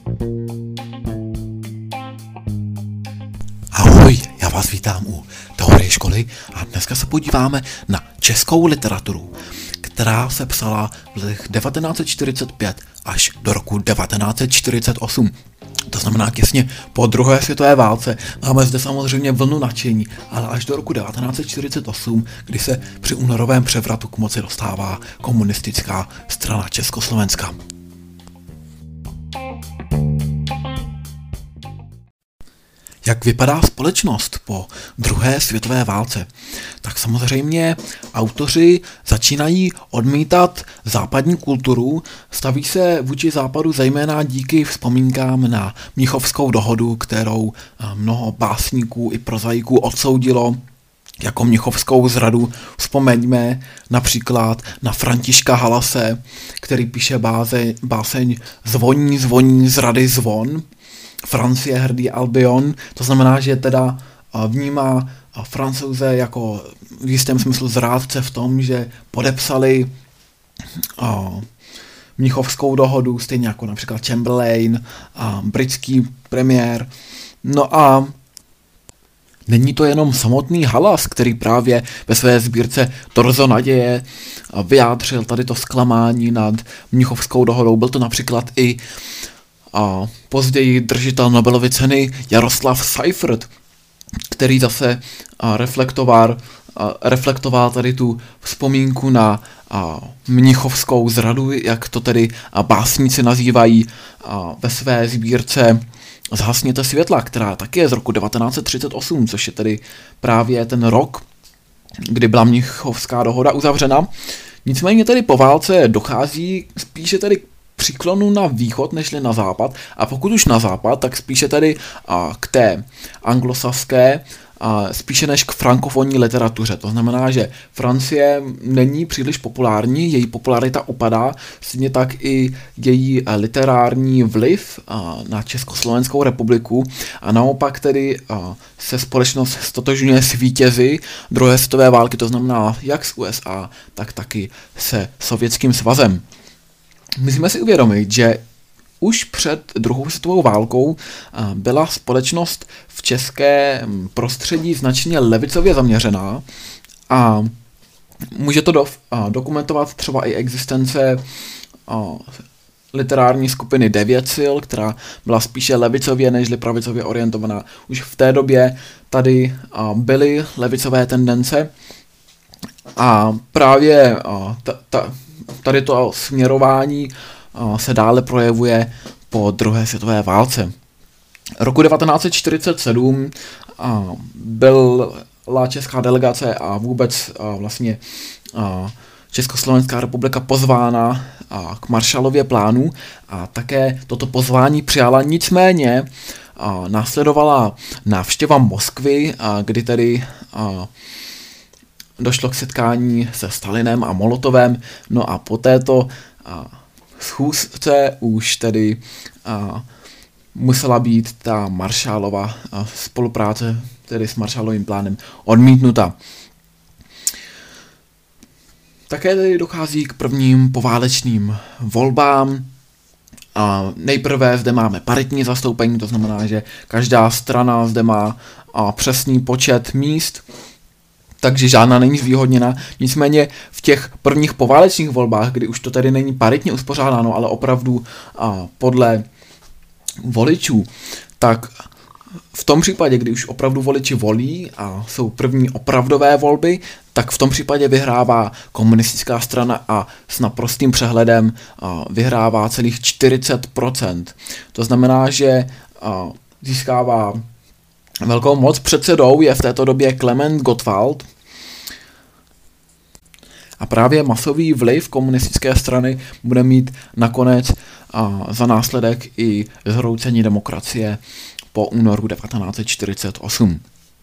Ahoj, já vás vítám u Teorie školy a dneska se podíváme na českou literaturu, která se psala v letech 1945 až do roku 1948. To znamená těsně po druhé světové válce. Máme zde samozřejmě vlnu nadšení, ale až do roku 1948, kdy se při únorovém převratu k moci dostává komunistická strana Československa. Jak vypadá společnost po druhé světové válce? Tak samozřejmě autoři začínají odmítat západní kulturu, staví se vůči západu zejména díky vzpomínkám na Mnichovskou dohodu, kterou mnoho básníků i prozaiků odsoudilo jako mnichovskou zradu. Vzpomeňme například na Františka Halase, který píše báseň Zvoní, zvoní z rady zvon, Francie hrdý Albion, to znamená, že teda vnímá Francouze jako v jistém smyslu zrádce v tom, že podepsali Mnichovskou dohodu, stejně jako například Chamberlain, britský premiér. No a není to jenom samotný Halas, který právě ve své sbírce Torzo naděje vyjádřil tady to zklamání nad Mnichovskou dohodou. Byl to například i později držitel Nobelovy ceny Jaroslav Seifert, který zase reflektoval tady tu vzpomínku na mnichovskou zradu, jak to tedy básníci nazývají, ve své sbírce Zhasněte světla, která taky je z roku 1938, což je tedy právě ten rok, kdy byla Mnichovská dohoda uzavřena. Nicméně tedy po válce dochází spíše tedy příklonu na východ, nežli na západ. A pokud už na západ, tak spíše tedy k té anglosaské, spíše než k frankofonní literatuře. To znamená, že Francie není příliš populární, její popularita upadá, stejně tak i její literární vliv na Československou republiku. A naopak tedy se společnost stotožňuje s vítězi druhé světové války, to znamená jak s USA, tak taky se Sovětským svazem. Musíme si uvědomit, že už před druhou světovou válkou byla společnost v českém prostředí značně levicově zaměřená a může to dokumentovat třeba i existence literární skupiny Devět sil, která byla spíše levicově nežli pravicově orientovaná. Už v té době tady byly levicové tendence a právě tady to směrování se dále projevuje po druhé světové válce. Roku 1947 byla česká delegace a vůbec vlastně Československá republika pozvána k Marshallově plánu a také toto pozvání přijala, nicméně následovala návštěva Moskvy, kdy tedy došlo k setkání se Stalinem a Molotovem, no a po této schůzce už tedy musela být ta Marshallova spolupráce, tedy s Marshallovým plánem, odmítnuta. Také tedy dochází k prvním poválečným volbám. Nejprve zde máme paritní zastoupení, to znamená, že každá strana zde má přesný počet míst, takže žádná není zvýhodněna. Nicméně v těch prvních poválečných volbách, kdy už to tedy není paritně uspořádáno, ale opravdu podle voličů, tak v tom případě, kdy už opravdu voliči volí a jsou první opravdové volby, tak v tom případě vyhrává komunistická strana a s naprostým přehledem vyhrává celých 40%. To znamená, že získává velkou moc. Předsedou je v této době Klement Gottwald a právě masový vliv komunistické strany bude mít nakonec za následek i zhroucení demokracie po únoru 1948.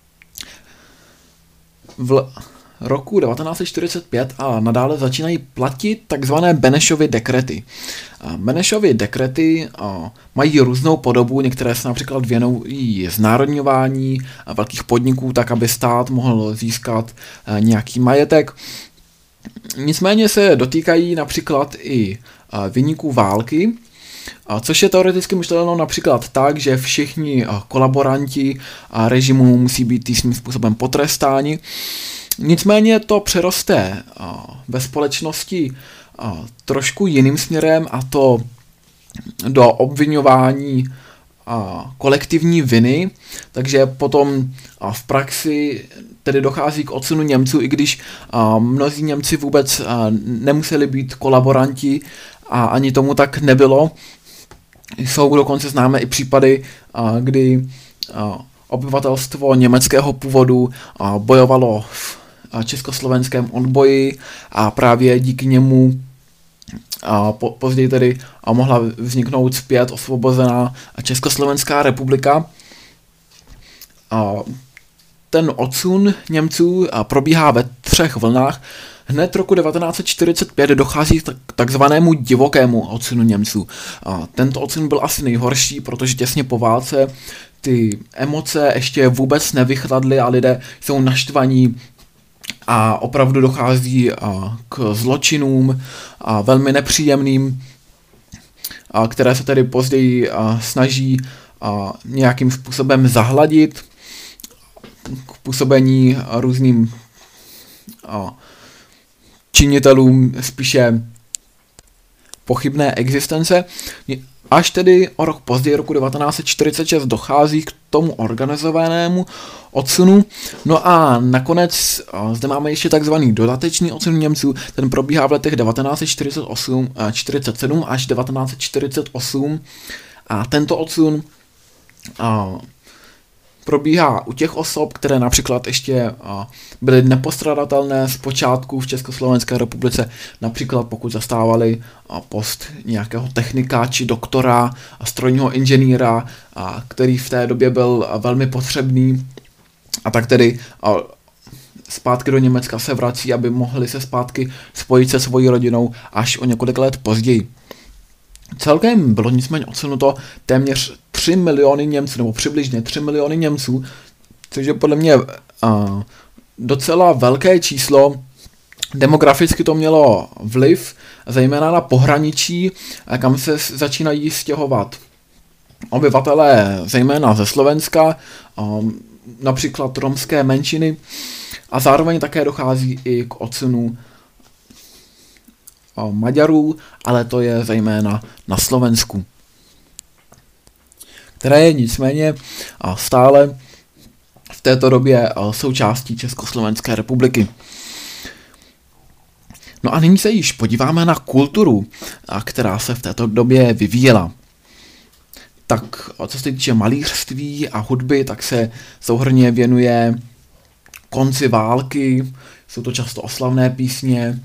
V roku 1945 a nadále začínají platit takzvané Benešovy dekrety. Benešovy dekrety mají různou podobu, některé se například věnují znárodňování velkých podniků, tak aby stát mohl získat nějaký majetek. Nicméně se dotýkají například i viníků války Což je teoreticky myšleno například tak, že všichni kolaboranti režimu musí být tím způsobem potrestáni. Nicméně to přeroste ve společnosti trošku jiným směrem, a to do obviňování kolektivní viny, takže potom v praxi tedy dochází k odsunu Němců, i když mnozí Němci vůbec nemuseli být kolaboranti a ani tomu tak nebylo. Jsou dokonce známé i případy, kdy obyvatelstvo německého původu bojovalo v československém odboji a právě díky němu později tedy mohla vzniknout zpět osvobozená Československá republika. Ten odsun Němců probíhá ve 3 vlnách. Hned roku 1945 dochází k takzvanému divokému odsunu Němců. Tento odsun byl asi nejhorší, protože těsně po válce ty emoce ještě vůbec nevychladly a lidé jsou naštvaní a opravdu dochází k zločinům velmi nepříjemným, které se tedy později snaží nějakým způsobem zahladit k působení různým činitelům spíše pochybné existence. Až tedy o rok později, roku 1946, dochází k tomu organizovanému odsunu. No a nakonec zde máme ještě takzvaný dodatečný odsun Němců, ten probíhá v letech 1947 až 1948 a tento odsun probíhá u těch osob, které například ještě byly nepostradatelné z počátku v Československé republice, například pokud zastávali post nějakého technika či doktora a strojního inženýra, který v té době byl velmi potřebný, a tak tedy zpátky do Německa se vrací, aby mohli se zpátky spojit se svojí rodinou až o několik let později. Celkem bylo nicméně odsunuto téměř 3 miliony Němců, nebo přibližně 3 miliony Němců, což je podle mě docela velké číslo. Demograficky to mělo vliv, zejména na pohraničí, kam se začínají stěhovat obyvatelé, zejména ze Slovenska, například romské menšiny, a zároveň také dochází i k odsunu Maďarů, ale to je zejména na Slovensku, které je nicméně stále v této době součástí Československé republiky. No a nyní se již podíváme na kulturu, která se v této době vyvíjela. Tak co se týče malířství a hudby, tak se souhrnně věnuje konci války, jsou to často oslavné písně.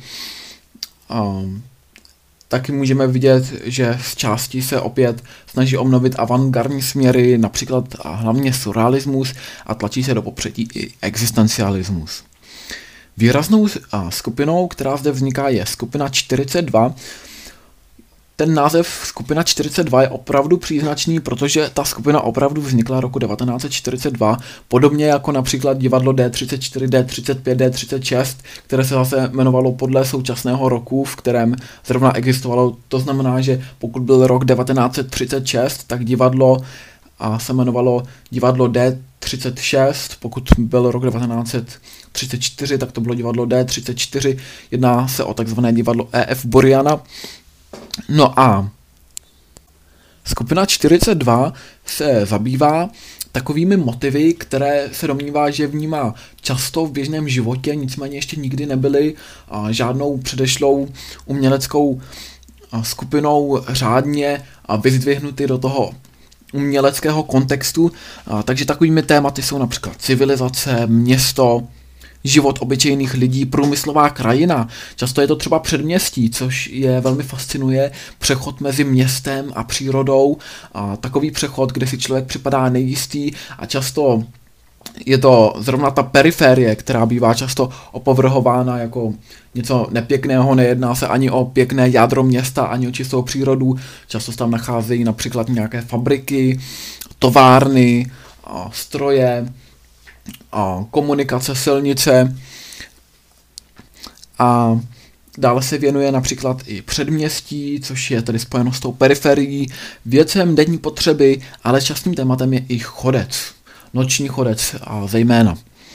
Taky můžeme vidět, že z části se opět snaží obnovit avantgardní směry, například a hlavně surrealismus, a tlačí se do popředí i existencialismus. Výraznou skupinou, která zde vzniká, je skupina 42. Ten název skupina 42 je opravdu příznačný, protože ta skupina opravdu vznikla roku 1942, podobně jako například divadlo D34, D35, D36, které se zase jmenovalo podle současného roku, v kterém zrovna existovalo. To znamená, že pokud byl rok 1936, tak divadlo se jmenovalo divadlo D36, pokud byl rok 1934, tak to bylo divadlo D34, jedná se o takzvané divadlo E.F. Buriana. No a skupina 42 se zabývá takovými motivy, které se domnívá, že vnímá často v běžném životě, nicméně ještě nikdy nebyly žádnou předešlou uměleckou skupinou řádně vyzdvihnuty do toho uměleckého kontextu. Takže takovými tématy jsou například civilizace, město, život obyčejných lidí, průmyslová krajina. Často je to třeba předměstí, což je velmi fascinuje, přechod mezi městem a přírodou. Takový přechod, kde si člověk připadá nejistý, a často je to zrovna ta periférie, která bývá často opovrhována jako něco nepěkného. Nejedná se ani o pěkné jádro města, ani o čistou přírodu. Často se tam nacházejí například nějaké fabriky, továrny, stroje, komunikace, silnice. A Dále se věnuje například i předměstí, což je tedy spojeno s tou periferií, věcem denní potřeby, ale častým tématem je i chodec, noční chodec a zejména.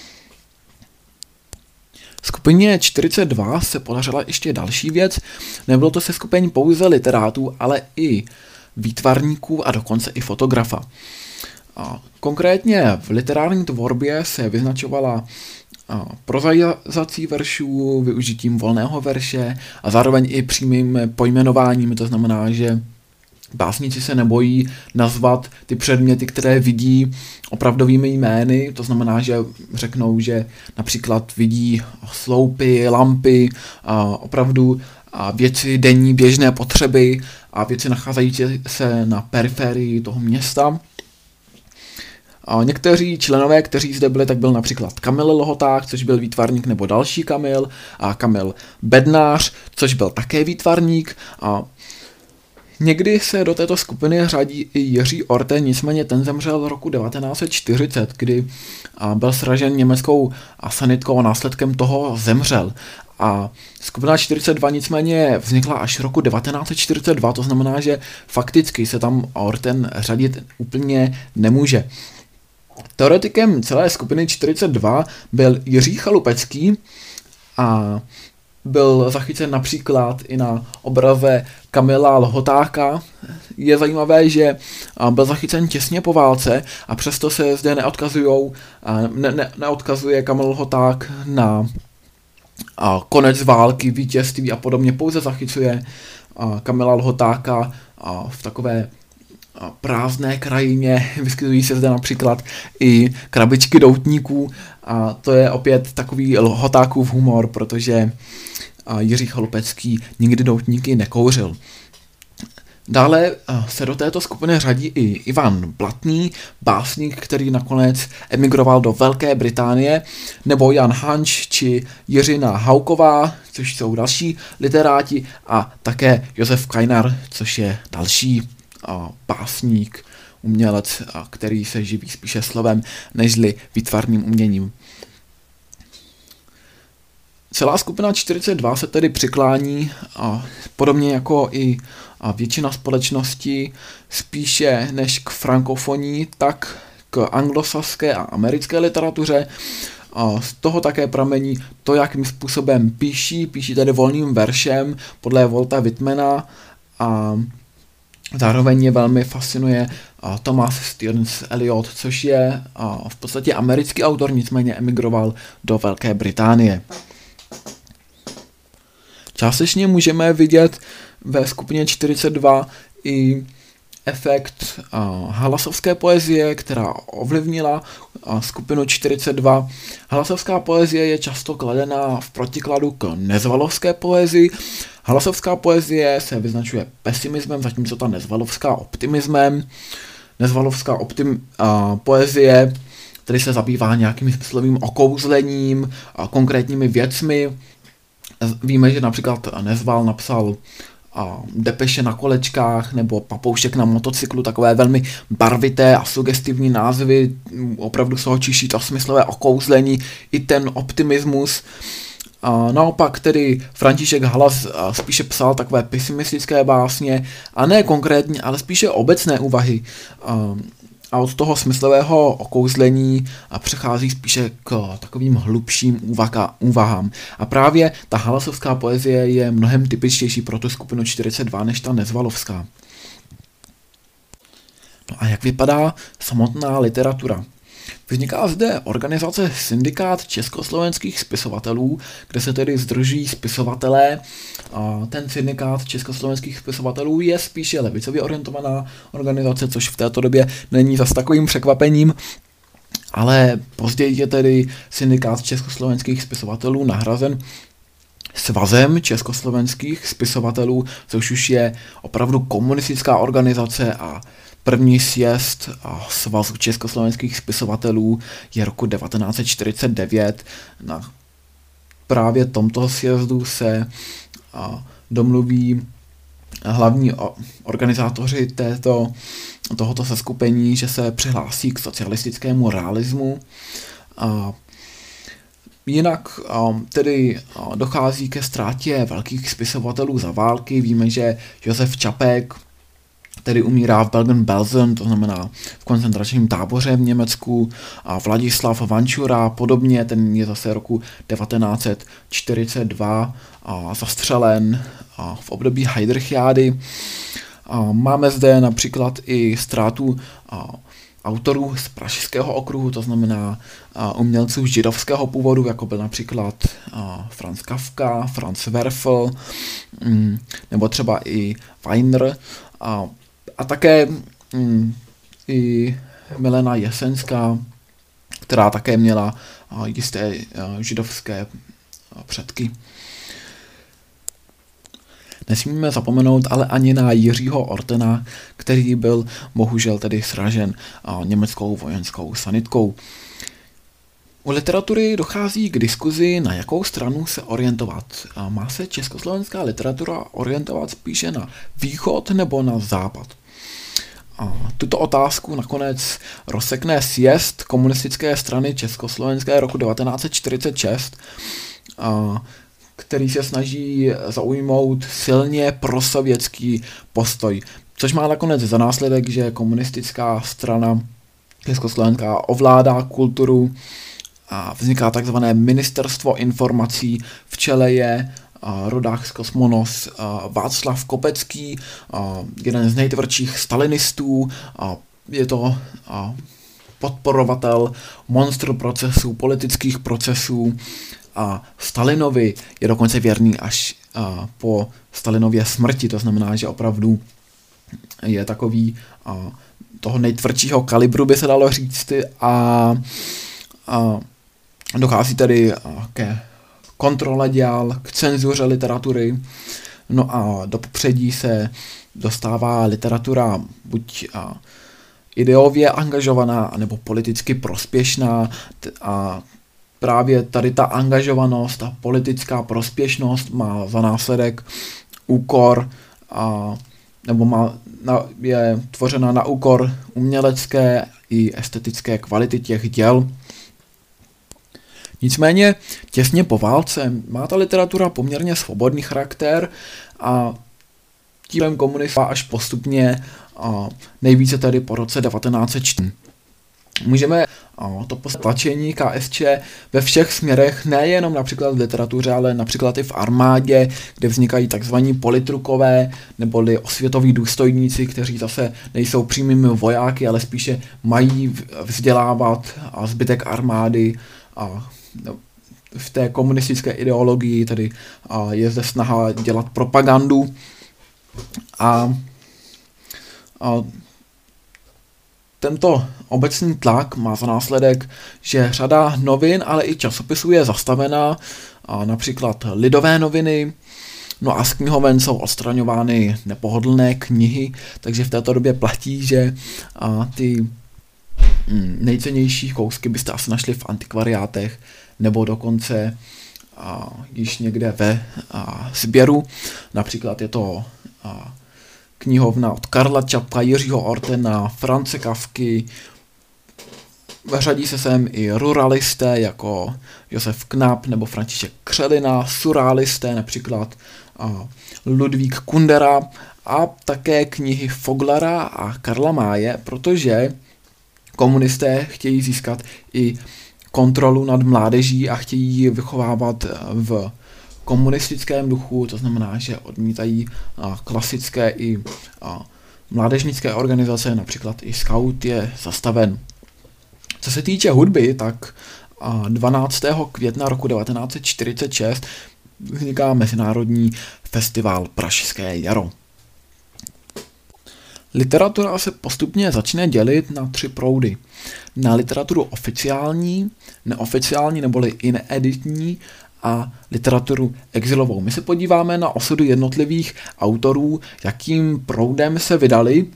Skupině 42 se podařila ještě další věc, nebylo to seskupení pouze literátů, ale i výtvarníků a dokonce i fotografa. A konkrétně v literární tvorbě se vyznačovala prozaizací veršů, využitím volného verše a zároveň i přímým pojmenováním, to znamená, že básníci se nebojí nazvat ty předměty, které vidí opravdovými jmény, to znamená, že řeknou, že například vidí sloupy, lampy, opravdu věci denní běžné potřeby a věci nacházající se na periferii toho města. A někteří členové, kteří zde byli, tak byl například Kamil Lhoták, což byl výtvarník, nebo další Kamil, a Kamil Bednář, což byl také výtvarník. A někdy se do této skupiny řadí i Jiří Orte, nicméně ten zemřel roku 1940, kdy byl sražen německou sanitkou a následkem toho zemřel. A skupina 42 nicméně vznikla až roku 1942, to znamená, že fakticky se tam Orten řadit úplně nemůže. Teoretikem celé skupiny 42 byl Jiří Chalupecký a byl zachycen například i na obraze Kamila Lhotáka. Je zajímavé, že byl zachycen těsně po válce a přesto se zde neodkazuje Kamil Lhoták na konec války, vítězství a podobně. Pouze zachycuje Kamila Lhotáka v takové prázdné krajině, vyskytují se zde například i krabičky doutníků a to je opět takový Lhotákův humor, protože Jiří Chalupecký nikdy doutníky nekouřil. Dále se do této skupiny řadí i Ivan Blatný, básník, který nakonec emigroval do Velké Británie, nebo Jan Hanč či Jiřina Hauková, což jsou další literáti, a také Josef Kajnar, což je další básník, umělec, který se živí spíše slovem nežli výtvarným uměním. Celá skupina 42 se tedy přiklání, podobně jako i většina společnosti, spíše než k frankofonii, tak k anglosaské a americké literatuře. Z toho také pramení to, jakým způsobem píší tedy volným veršem podle Walta Whitmana, a zároveň je velmi fascinuje Thomas Stearns Eliot, což je v podstatě americký autor, nicméně emigroval do Velké Británie. Částečně můžeme vidět ve skupině 42 i efekt halasovské poezie, která ovlivnila skupinu 42. Halasovská poezie je často kladená v protikladu k nezvalovské poezii. Halasovská poezie se vyznačuje pesimismem, zatímco ta nezvalovská optimismem. Nezvalovská poezie tedy se zabývá nějakým smyslovým okouzlením, konkrétními věcmi. Víme, že například Nezval napsal Depeše na kolečkách nebo Papoušek na motocyklu, takové velmi barvité a sugestivní názvy, opravdu se ho čiší to smyslové okouzlení i ten optimismus. Naopak tedy František Halas spíše psal takové pesimistické básně, a ne konkrétně, ale spíše obecné úvahy. A od toho smyslového okouzlení přechází spíše k takovým hlubším úvahám. A právě ta halasovská poezie je mnohem typičtější pro tu skupinu 42 než ta nezvalovská. No a jak vypadá samotná literatura? Vzniká zde organizace Syndikát československých spisovatelů, kde se tedy sdružují spisovatelé. A ten Syndikát československých spisovatelů je spíše levicově orientovaná organizace, což v této době není zas takovým překvapením, ale později je tedy Syndikát československých spisovatelů nahrazen Svazem československých spisovatelů, což už je opravdu komunistická organizace, a první sjezd Svazu československých spisovatelů je roku 1949. Na právě tomto sjezdu se domluví hlavní organizátoři tohoto seskupení, že se přihlásí k socialistickému realismu. Jinak tedy dochází ke ztrátě velkých spisovatelů za války. Víme, že Josef Čapek tedy umírá v Bergen-Belsen, to znamená v koncentračním táboře v Německu, a Vladislav Vančura podobně, ten je zase roku 1942 zastřelen v období Heydrichiády. Máme zde například i ztrátu autorů z pražského okruhu, to znamená umělců židovského původu, jako byl například Franz Kafka, Franz Werfel, nebo třeba i Weiner, a také i Milena Jesenská, která také měla jisté židovské předky. Nesmíme zapomenout ale ani na Jiřího Ortena, který byl bohužel tedy sražen německou vojenskou sanitkou. U literatury dochází k diskuzi, na jakou stranu se orientovat. Má se československá literatura orientovat spíše na východ nebo na západ? Tuto otázku nakonec rozsekne sjezd komunistické strany československé roku 1946, který se snaží zaujmout silně prosovětský postoj, což má nakonec za následek, že komunistická strana československá ovládá kulturu a vzniká takzvané ministerstvo informací, v čele je rodák z Kosmonos Václav Kopecký, jeden z nejtvrdších stalinistů, je to podporovatel monstr procesů, politických procesů, a Stalinovi je dokonce věrný až po Stalinově smrti, to znamená, že opravdu je takový toho nejtvrdšího kalibru, by se dalo říct, a dochází tedy ke kontrole děl, k cenzuře literatury, no a do popředí se dostává literatura buď ideově angažovaná, nebo politicky prospěšná, a právě tady ta angažovanost a politická prospěšnost má za následek úkor, nebo je tvořena na úkor umělecké i estetické kvality těch děl. Nicméně těsně po válce má ta literatura poměrně svobodný charakter a tím komunista až postupně nejvíce tedy po roce 1904. Můžeme to tlačení KSČ ve všech směrech, nejenom například v literatuře, ale například i v armádě, kde vznikají takzvaní politrukové neboli osvětoví důstojníci, kteří zase nejsou přímými vojáky, ale spíše mají vzdělávat a zbytek armády v té komunistické ideologii, tedy je zde snaha dělat propagandu a tento obecný tlak má za následek, že řada novin, ale i časopisů je zastavená, například Lidové noviny, no a z knihoven jsou odstraňovány nepohodlné knihy, takže v této době platí, že ty nejcennější kousky byste asi našli v antikvariátech nebo dokonce již někde ve sběru. Například je to knihovna od Karla Čapka, Jiřího Ortena, France Kafky. Řadí se sem i ruralisté jako Josef Knap nebo František Křelina, surrealisté například Ludvík Kundera a také knihy Foglera a Karla Máje, protože komunisté chtějí získat i kontrolu nad mládeží a chtějí ji vychovávat v komunistickém duchu, to znamená, že odmítají klasické i mládežnické organizace, například i Scout je zastaven. Co se týče hudby, tak 12. května roku 1946 vzniká Mezinárodní festival Pražské jaro. Literatura se postupně začne dělit na 3 proudy. Na literaturu oficiální, neoficiální neboli ineditní a literaturu exilovou. My se podíváme na osudu jednotlivých autorů, jakým proudem se vydali.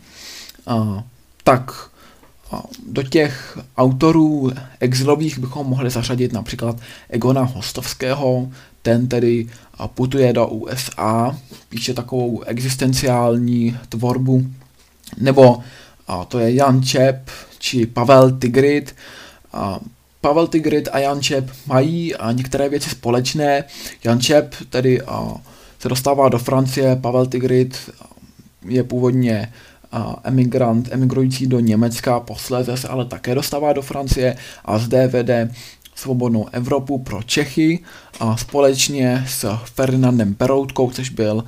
Do těch autorů exilových bychom mohli zařadit například Egona Hostovského, ten tedy putuje do USA, píše takovou existenciální tvorbu, nebo to je Jan Čep či Pavel Tigrid, Pavel Tigrit a Jan Čep mají některé věci společné. Jan Čep tedy se dostává do Francie, Pavel Tigrit je původně emigrující do Německa, posléze se ale také dostává do Francie a zde vede Svobodnou Evropu pro Čechy a společně s Ferdinandem Peroutkou, což byl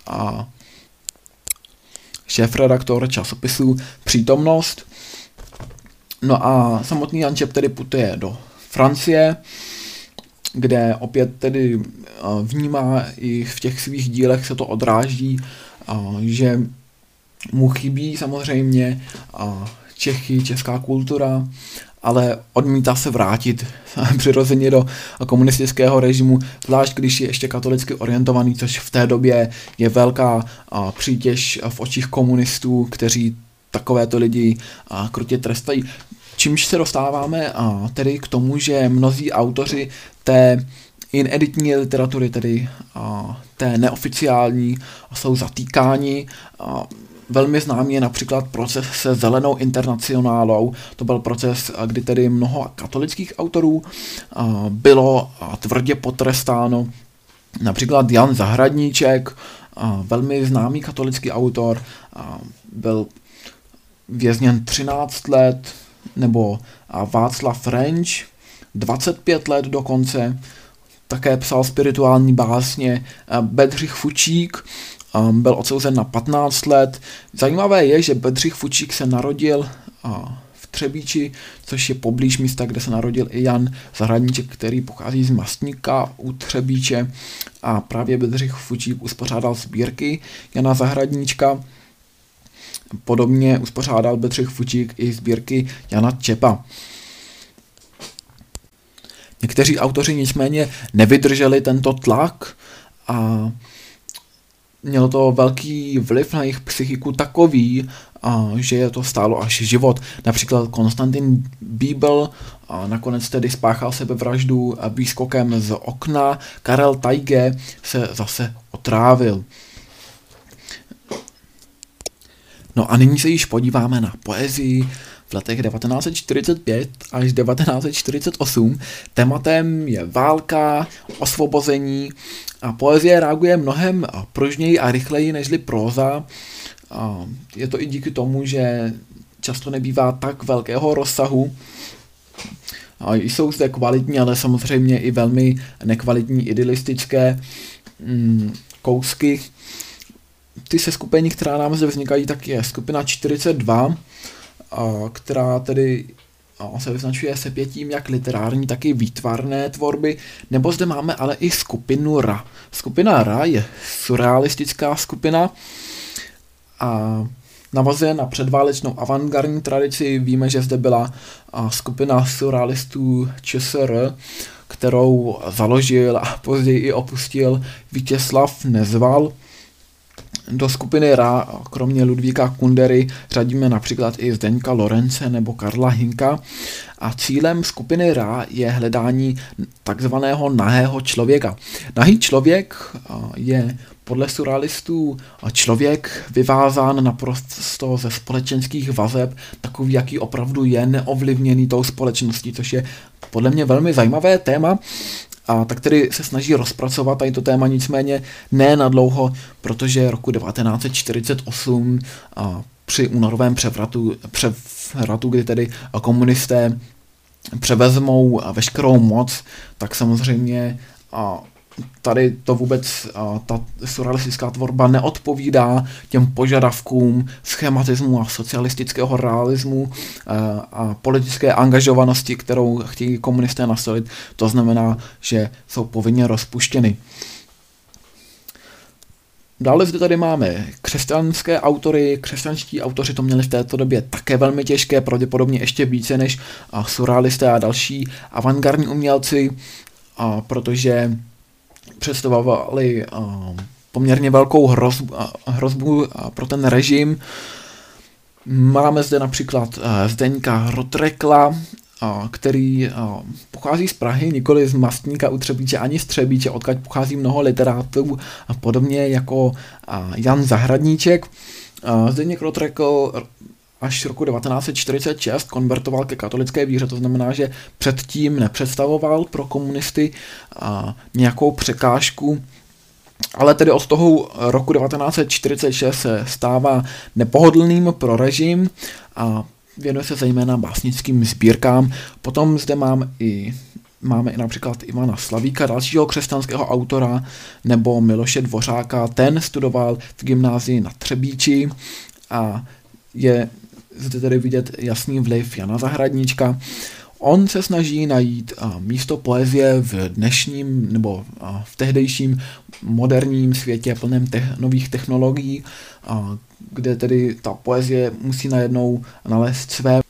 šéfredaktor časopisu Přítomnost. No a samotný Jan Čep tedy putuje do Francie, kde opět tedy vnímá i v těch svých dílech se to odráží, že mu chybí samozřejmě Čechy, česká kultura, ale odmítá se vrátit přirozeně do komunistického režimu, zvlášť když je ještě katolicky orientovaný, což v té době je velká přítěž v očích komunistů, kteří takovéto lidi krutě trestají. Čímž se dostáváme tedy k tomu, že mnozí autoři té ineditní literatury, tedy té neoficiální, jsou zatýkáni. Velmi známý je například proces se Zelenou internacionálou. To byl proces, kdy tedy mnoho katolických autorů bylo tvrdě potrestáno. Například Jan Zahradníček, velmi známý katolický autor, byl vězněn 13 let, nebo Václav Renč 25 let dokonce, také psal spirituální básně. Bedřich Fučík byl odsouzen na 15 let. Zajímavé je, že Bedřich Fučík se narodil v Třebíči, což je poblíž místa, kde se narodil i Jan Zahradníček, který pochází z Mastníka u Třebíče, a právě Bedřich Fučík uspořádal sbírky Jana Zahradníčka. Podobně uspořádal Bedřich Fučík i sbírky Jana Čepa. Někteří autoři nicméně nevydrželi tento tlak a mělo to velký vliv na jejich psychiku takový, že je to stálo až život. Například Konstantin Bíbl nakonec tedy spáchal sebevraždu výskokem z okna, Karel Tajge se zase otrávil. No a nyní se již podíváme na poezii v letech 1945 až 1948. Tématem je válka, osvobození a poezie reaguje mnohem pružněji a rychleji nežli próza. Je to i díky tomu, že často nebývá tak velkého rozsahu. Jsou zde kvalitní, ale samozřejmě i velmi nekvalitní idylistické kousky. Ty seskupení, která nám zde vznikají, tak je skupina 42, která tedy se vyznačuje sepětím jak literární, tak i výtvarné tvorby, nebo zde máme ale i skupinu Ra. Skupina Ra je surrealistická skupina a navazuje na předválečnou avantgardní tradici. Víme, že zde byla skupina surrealistů ČSR, kterou založil a později i opustil Vítězslav Nezval. Do skupiny Ra, kromě Ludvíka Kundery, řadíme například i Zdeňka Lorence nebo Karla Hynka. A cílem skupiny Ra je hledání takzvaného nahého člověka. Nahý člověk je podle surrealistů člověk vyvázán naprosto ze společenských vazeb, takový, jaký opravdu je, neovlivněný tou společností, což je podle mě velmi zajímavé téma. A tak tedy se snaží rozpracovat tady to téma, nicméně ne na dlouho, protože roku 1948 při únorovém převratu, kdy tedy komunisté převezmou veškerou moc, tak samozřejmě tady to vůbec, ta surrealistická tvorba neodpovídá těm požadavkům schematismu a socialistického realismu a politické angažovanosti, kterou chtějí komunisté nastolit. To znamená, že jsou povinně rozpuštěny. Dále zde tady máme křesťanské autory. Křesťanští autoři to měli v této době také velmi těžké, pravděpodobně ještě více než surrealisté a další avantgardní umělci, protože představovali poměrně velkou hrozbu pro ten režim. Máme zde například Zdeňka Rotrekla, který pochází z Prahy, nikoli z Mastníka u Třebíče ani z Třebíče, odkud pochází mnoho literátů, podobně jako Jan Zahradníček. Zdeněk Rotrekl až roku 1946 konvertoval ke katolické víře, to znamená, že předtím nepředstavoval pro komunisty nějakou překážku, ale tedy od toho roku 1946 se stává nepohodlným pro režim a věnuje se zejména básnickým sbírkám. Potom zde máme i například Ivana Slavíka, dalšího křesťanského autora, nebo Miloše Dvořáka. Ten studoval v gymnázii na Třebíči a je zde tedy vidět jasný vliv Jana Zahradníčka. On se snaží najít místo poezie v dnešním nebo v tehdejším moderním světě plném nových technologií, kde tedy ta poezie musí najednou nalézt své.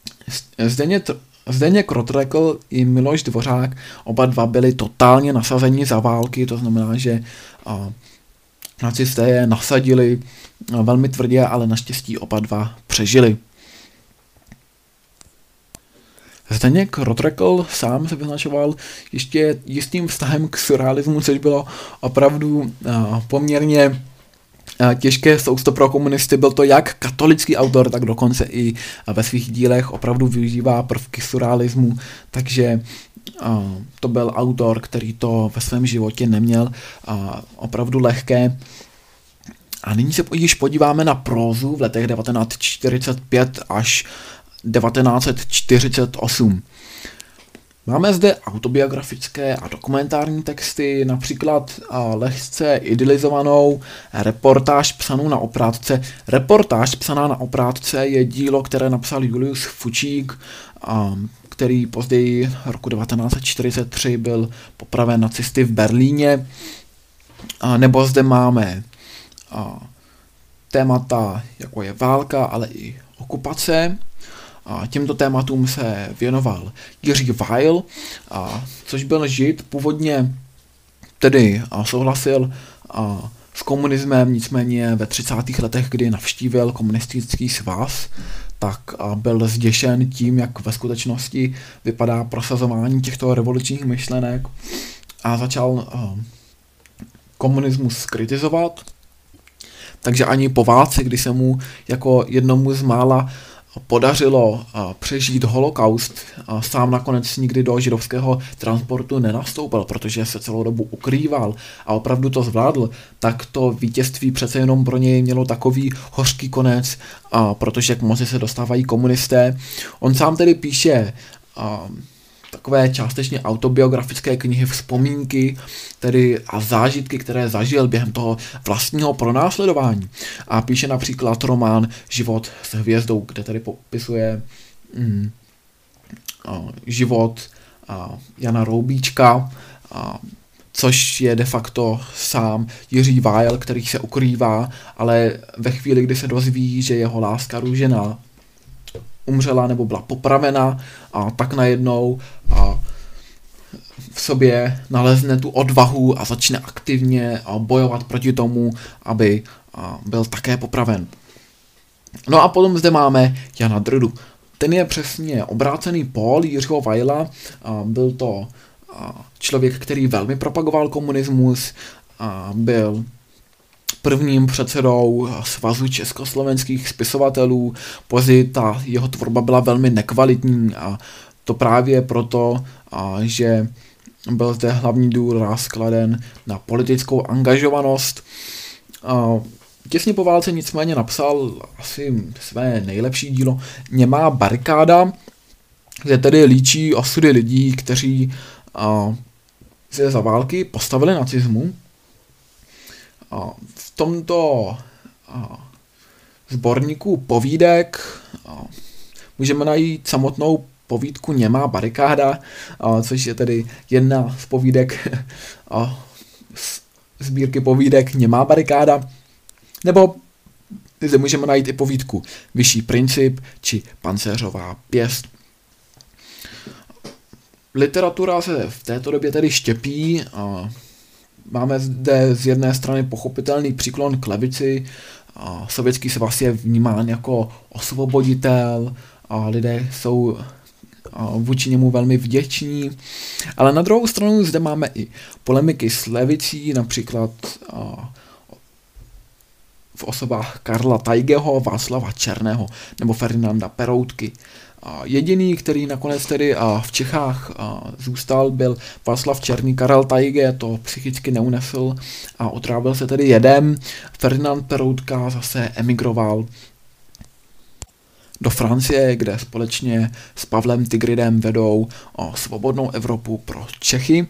Zdeněk Rotrekl i Miloš Dvořák, oba dva byli totálně nasazeni za války, to znamená, že nacisté je nasadili velmi tvrdě, ale naštěstí oba dva přežili. Zdeněk Rotrekl sám se vyznačoval ještě jistým vztahem k surrealismu, což bylo opravdu poměrně těžké sousto pro komunisty. Byl to jak katolický autor, tak dokonce i ve svých dílech opravdu využívá prvky surrealismu, takže to byl autor, který to ve svém životě neměl opravdu lehké. A nyní se již podíváme na prózu v letech 1945 až 1948. Máme zde autobiografické a dokumentární texty, například lehce idylizovanou reportáž psanou na oprátce. Reportáž psaná na oprátce je dílo, které napsal Julius Fučík, který později roku 1943 byl popraven nacisty v Berlíně. Nebo zde máme témata, jako je válka, ale i okupace. Těmto tématům se věnoval Jiří Weil, což byl Žid, původně tedy souhlasil s komunismem, nicméně ve 30. letech, kdy navštívil komunistický svaz, tak byl zděšen tím, jak ve skutečnosti vypadá prosazování těchto revolučních myšlenek a začal komunismus kritizovat. Takže ani po válce, kdy se mu jako jednomu z mála podařilo přežít holokaust, sám nakonec nikdy do židovského transportu nenastoupil, protože se celou dobu ukrýval a opravdu to zvládl, tak to vítězství přece jenom pro něj mělo takový hořký konec, protože k moci se dostávají komunisté. On sám tedy píše takové částečně autobiografické knihy, vzpomínky, tedy a zážitky, které zažil během toho vlastního pronásledování. A píše například román Život s hvězdou, kde tedy popisuje život Jana Roubíčka, což je de facto sám Jiří Weil, který se ukrývá, ale ve chvíli, kdy se dozví, že jeho láska Růžena umřela nebo byla popravena, tak najednou v sobě nalezne tu odvahu a začne aktivně bojovat proti tomu, aby byl také popraven. No a potom zde máme Jana Drdu. Ten je přesně obrácený pól Jiřího Weila. Byl to člověk, který velmi propagoval komunismus, byl prvním předsedou Svazu československých spisovatelů. Později ta jeho tvorba byla velmi nekvalitní a to právě proto, že byl zde hlavní důraz kladen na politickou angažovanost. Těsně po válce nicméně napsal asi své nejlepší dílo Němá barikáda, kde tedy líčí osudy lidí, kteří se za války postavili nacismu. V tomto sborníku povídek můžeme najít samotnou povídku Němá barikáda, což je tedy jedna z povídek sbírky povídek Němá barikáda, nebo zde můžeme najít i povídku Vyšší princip či Pancéřová pěst. Literatura se v této době tedy štěpí. Máme zde z jedné strany pochopitelný příklon k levici. Sovětský svaz je vnímán jako osvoboditel a lidé jsou vůči němu velmi vděční. Ale na druhou stranu zde máme i polemiky s levicí, například v osobách Karla Tajgeho, Václava Černého nebo Ferdinanda Peroutky. Jediný, který nakonec tedy v Čechách zůstal, byl Václav Černý. Karel Tajge to psychicky neunesl a otrávil se tedy jedem. Ferdinand Peroutka zase emigroval do Francie, kde společně s Pavlem Tigridem vedou svobodnou Evropu pro Čechy.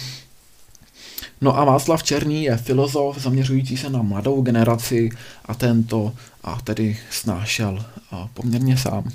No a Václav Černý je filozof zaměřující se na mladou generaci a tento tedy snášel poměrně sám.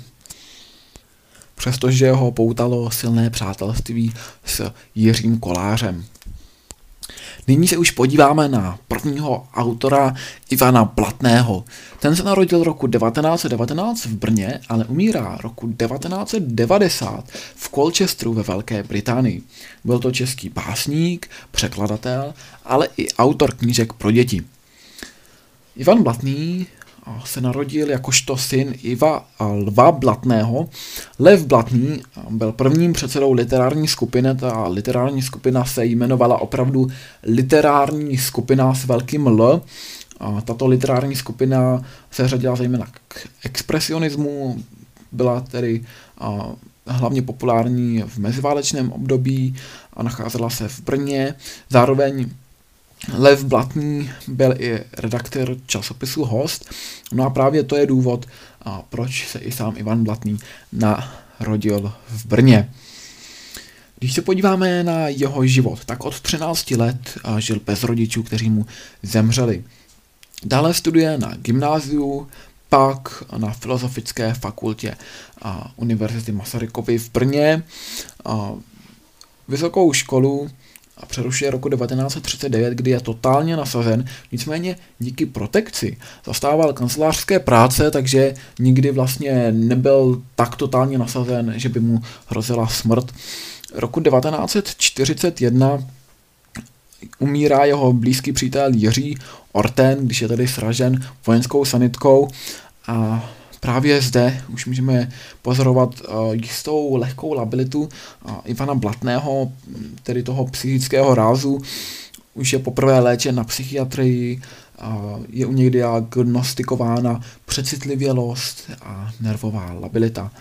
Přestože ho poutalo silné přátelství s Jiřím Kolářem. Nyní se už podíváme na prvního autora Ivana Blatného. Ten se narodil roku 1919 v Brně, ale umírá roku 1990 v Colchesteru ve Velké Británii. Byl to český básník, překladatel, ale i autor knížek pro děti. Ivan Blatný se narodil jakožto syn Lva Blatného. Lev Blatný byl prvním předsedou literární skupiny. Ta literární skupina se jmenovala opravdu Literární skupina s velkým L. Tato literární skupina se řadila zejména k expresionismu, byla tedy hlavně populární v meziválečném období a nacházela se v Brně. Zároveň Lev Blatný byl i redaktor časopisu Host, no a právě to je důvod, proč se i sám Ivan Blatný narodil v Brně. Když se podíváme na jeho život, tak od 13 let žil bez rodičů, kteří mu zemřeli. Dále studuje na gymnáziu, pak na Filozofické fakultě Univerzity Masarykovy v Brně, vysokou školu a přerušuje roku 1939, kdy je totálně nasazen, nicméně díky protekci zastával kancelářské práce, takže nikdy vlastně nebyl tak totálně nasazen, že by mu hrozila smrt. Roku 1941 umírá jeho blízký přítel Jiří Orten, když je tedy sražen vojenskou sanitkou a právě zde už můžeme pozorovat jistou lehkou labilitu Ivana Blatného, tedy toho psychického rázu. Už je poprvé léčen na psychiatrii, je u něj diagnostikována přecitlivělost a nervová labilita.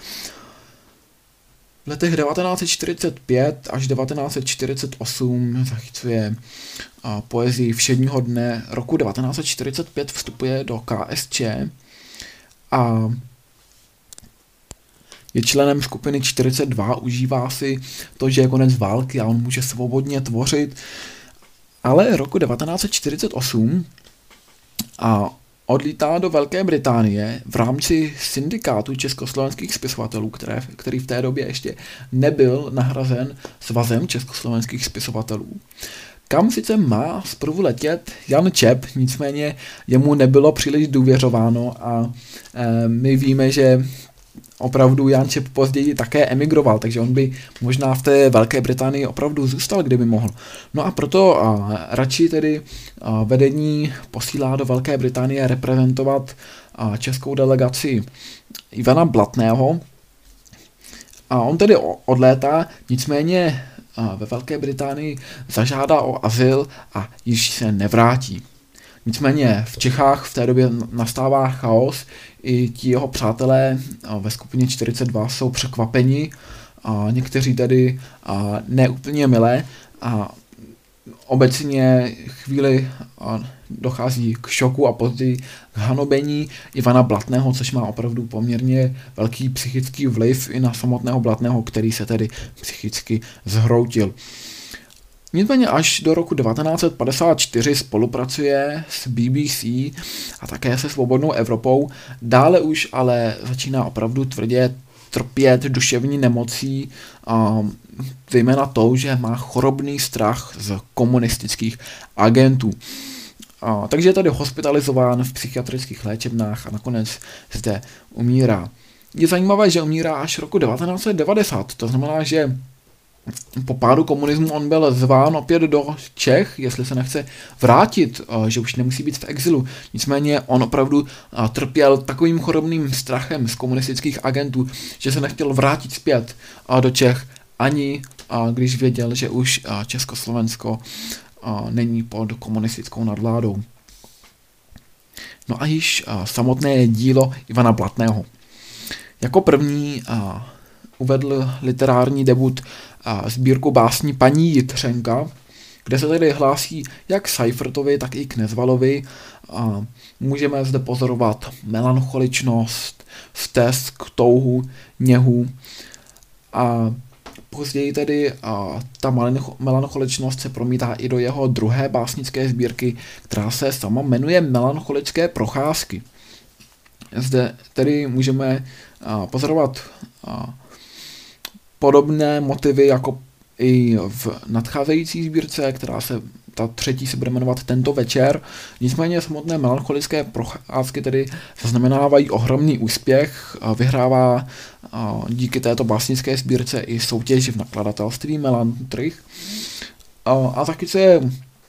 V letech 1945 až 1948 zachycuje poezii Všedního dne. Roku 1945 vstupuje do KSČ a je členem skupiny 42, užívá si to, že je konec války a on může svobodně tvořit. Ale roku 1948 odlítá do Velké Británie v rámci syndikátu československých spisovatelů, který v té době ještě nebyl nahrazen svazem československých spisovatelů. Kam sice má zprvu letět Jan Čep, nicméně jemu nebylo příliš důvěřováno a my víme, že opravdu Jan Čep později také emigroval, takže on by možná v té Velké Británii opravdu zůstal, kdyby mohl. No a proto radši tedy vedení posílá do Velké Británie reprezentovat českou delegaci Ivana Blatného a on tedy odlétá, nicméně ve Velké Británii zažádá o azyl a již se nevrátí. Nicméně v Čechách v té době nastává chaos, i ti jeho přátelé ve skupině 42 jsou překvapeni, a někteří tedy neúplně milé a obecně chvíli dochází k šoku a později k hanobení Ivana Blatného, což má opravdu poměrně velký psychický vliv i na samotného Blatného, který se tedy psychicky zhroutil. Nicméně až do roku 1954 spolupracuje s BBC a také se Svobodnou Evropou. Dále už ale začíná opravdu tvrdě trpět duševní nemocí, zejména tou, že má chorobný strach z komunistických agentů. Takže je tady hospitalizován v psychiatrických léčebnách a nakonec zde umírá. Je zajímavé, že umírá až roku 1990, to znamená, že po pádu komunismu on byl zván opět do Čech, jestli se nechce vrátit, že už nemusí být v exilu. Nicméně on opravdu trpěl takovým chorobným strachem z komunistických agentů, že se nechtěl vrátit zpět do Čech, ani když věděl, že už Československo není pod komunistickou nadvládou. No a již samotné dílo Ivana Blatného. Jako první uvedl literární debut sbírku básní Paní Jitřenka, kde se tedy hlásí jak Seifertovi, tak i Knežvalovi. Můžeme zde pozorovat melancholičnost, stesk, touhu, něhu a později tedy ta melancholičnost se promítá i do jeho druhé básnické sbírky, která se sama jmenuje Melancholické procházky. Zde tedy můžeme pozorovat podobné motivy jako i v nadcházející sbírce, ta třetí se bude jmenovat Tento večer. Nicméně samotné melancholické procházky tedy zaznamenávají ohromný úspěch, vyhrává díky této básnické sbírce i soutěž v nakladatelství Melantrich. A taky se je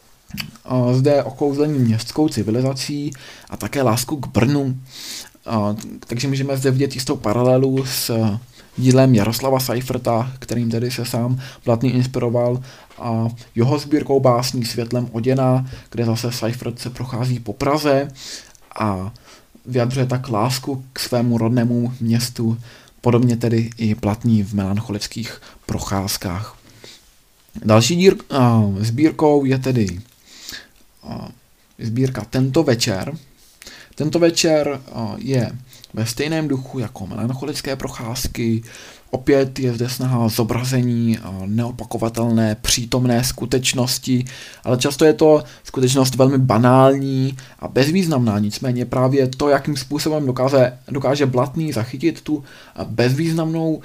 zde okouzlení městskou civilizací a také lásku k Brnu. Takže můžeme zde vidět jistou paralelu s dílem Jaroslava Seiferta, kterým tedy se sám Blatný inspiroval, a jeho sbírkou básní Světlem oděná, kde zase Seifert se prochází po Praze a vyjadřuje tak lásku k svému rodnému městu, podobně tedy i Blatný v melancholických procházkách. Další sbírkou je tedy sbírka Tento večer. Tento večer je ve stejném duchu jako melancholické procházky. Opět je zde snaha zobrazení neopakovatelné přítomné skutečnosti, ale často je to skutečnost velmi banální a bezvýznamná. Nicméně právě to, jakým způsobem dokáže Blatný zachytit tu bezvýznamnou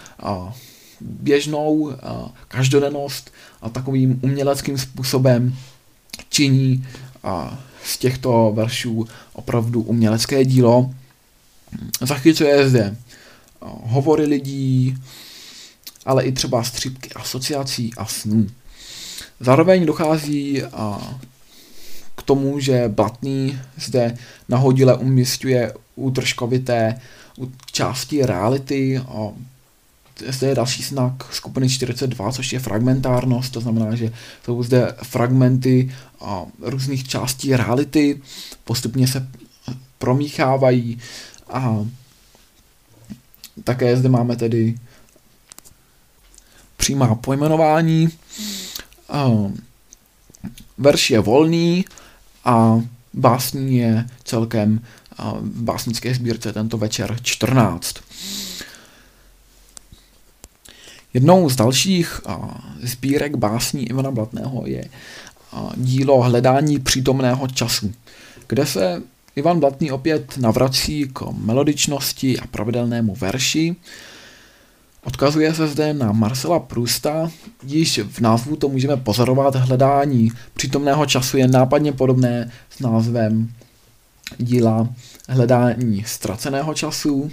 běžnou každodennost a takovým uměleckým způsobem činí z těchto veršů opravdu umělecké dílo. Zachycuje zde hovory lidí, ale i třeba střípky asociací a snů. Zároveň dochází k tomu, že Blatný zde nahodile umísťuje útržkovité části reality. Zde je další znak skupiny 42, což je fragmentárnost, to znamená, že jsou zde fragmenty různých částí reality, postupně se promíchávají a také zde máme tedy přímá pojmenování. Verš je volný a básní je celkem v básnické sbírce Tento večer 14. Jednou z dalších sbírek básní Ivana Blatného je dílo Hledání přítomného času, kde se Ivan Blatný opět navrací k melodičnosti a pravidelnému verši. Odkazuje se zde na Marcela Prousta, již v názvu to můžeme pozorovat. Hledání přítomného času je nápadně podobné s názvem díla Hledání ztraceného času,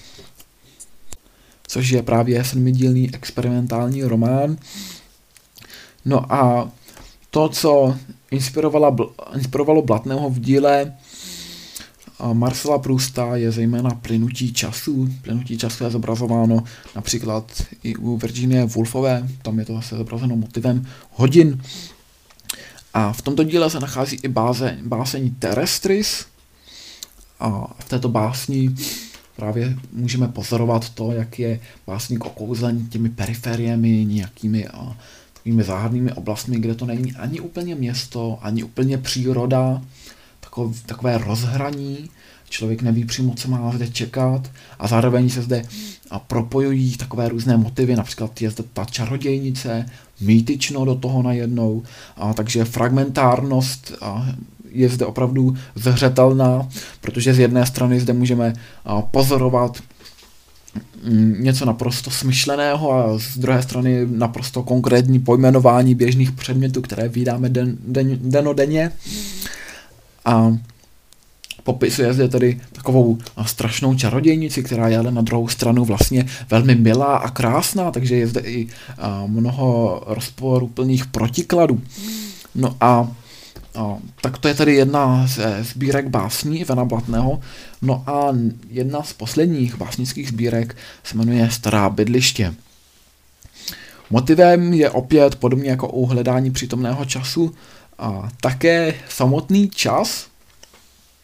což je právě 7dílný experimentální román. No a to, co inspirovalo Blatného v díle Marcela Prousta, je zejména plynutí času. Plynutí času je zobrazováno například i u Virginie Woolfové, tam je to zase zobrazeno motivem hodin. A v tomto díle se nachází i báseň Terrestris. A v této básni právě můžeme pozorovat to, jak je básník okouzlen těmi periferiemi, nějakými takovými záhadnými oblastmi, kde to není ani úplně město, ani úplně příroda, takové rozhraní, člověk neví přímo, co má zde čekat, a zároveň se zde propojují takové různé motivy, například je zde ta čarodějnice, mýtično do toho najednou, takže fragmentárnost je zde opravdu zřetelná, protože z jedné strany zde můžeme pozorovat něco naprosto smyšleného a z druhé strany naprosto konkrétní pojmenování běžných předmětů, které vydáme dennodenně. A popisuje zde tedy takovou strašnou čarodějnici, která je ale na druhou stranu vlastně velmi milá a krásná, takže je zde i mnoho rozporuplných protikladů. No a tak to je tedy jedna ze sbírek básní Ivana Blatného. No a jedna z posledních básnických sbírek se jmenuje Stará bydliště. Motivem je opět, podobně jako u Hledání přítomného času, také samotný čas.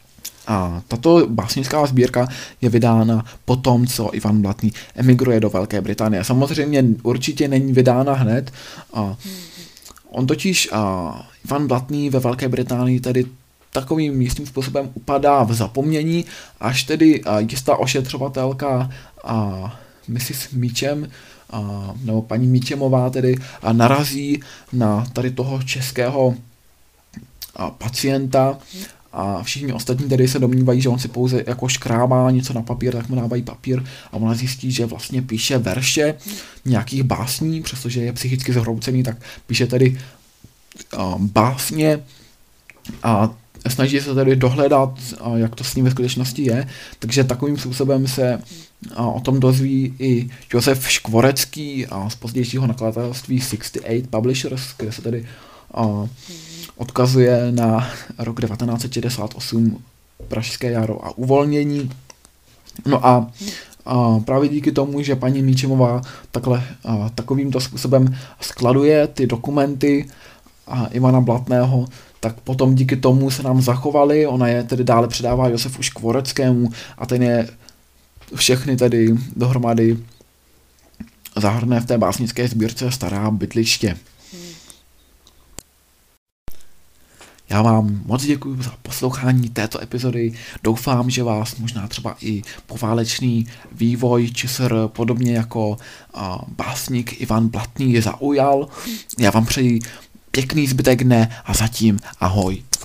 A tato básnická sbírka je vydána potom, co Ivan Blatný emigruje do Velké Británie. Samozřejmě určitě není vydána hned. On totiž, Ivan Blatný ve Velké Británii tedy takovým místním způsobem upadá v zapomnění, až tedy jistá ošetřovatelka Mrs. Meacham, nebo paní Meachamová tedy, narazí na tady toho českého pacienta, a všichni ostatní tedy se domnívají, že on si pouze jako škrábá něco na papír, tak mu dávají papír a ona zjistí, že vlastně píše verše nějakých básní, přestože je psychicky zhroucený, tak píše tedy básně a snaží se tedy dohledat, jak to s ním ve skutečnosti je, takže takovým způsobem se o tom dozví i Josef Škvorecký z pozdějšího nakladatelství 68 Publishers, kde se tedy odkazuje na rok 1968, Pražské jaro a uvolnění. No a právě díky tomu, že paní Meachamová takovýmto způsobem skladuje ty dokumenty Ivana Blatného, tak potom díky tomu se nám zachovaly, ona je tedy dále předává Josefu Škvoreckému a ten je všechny tedy dohromady zahrne v té básnické sbírce Stará bydliště. Já vám moc děkuji za poslouchání této epizody. Doufám, že vás možná třeba i poválečný vývoj ČSR podobně jako básník Ivan Blatný zaujal. Já vám přeji pěkný zbytek dne a zatím ahoj.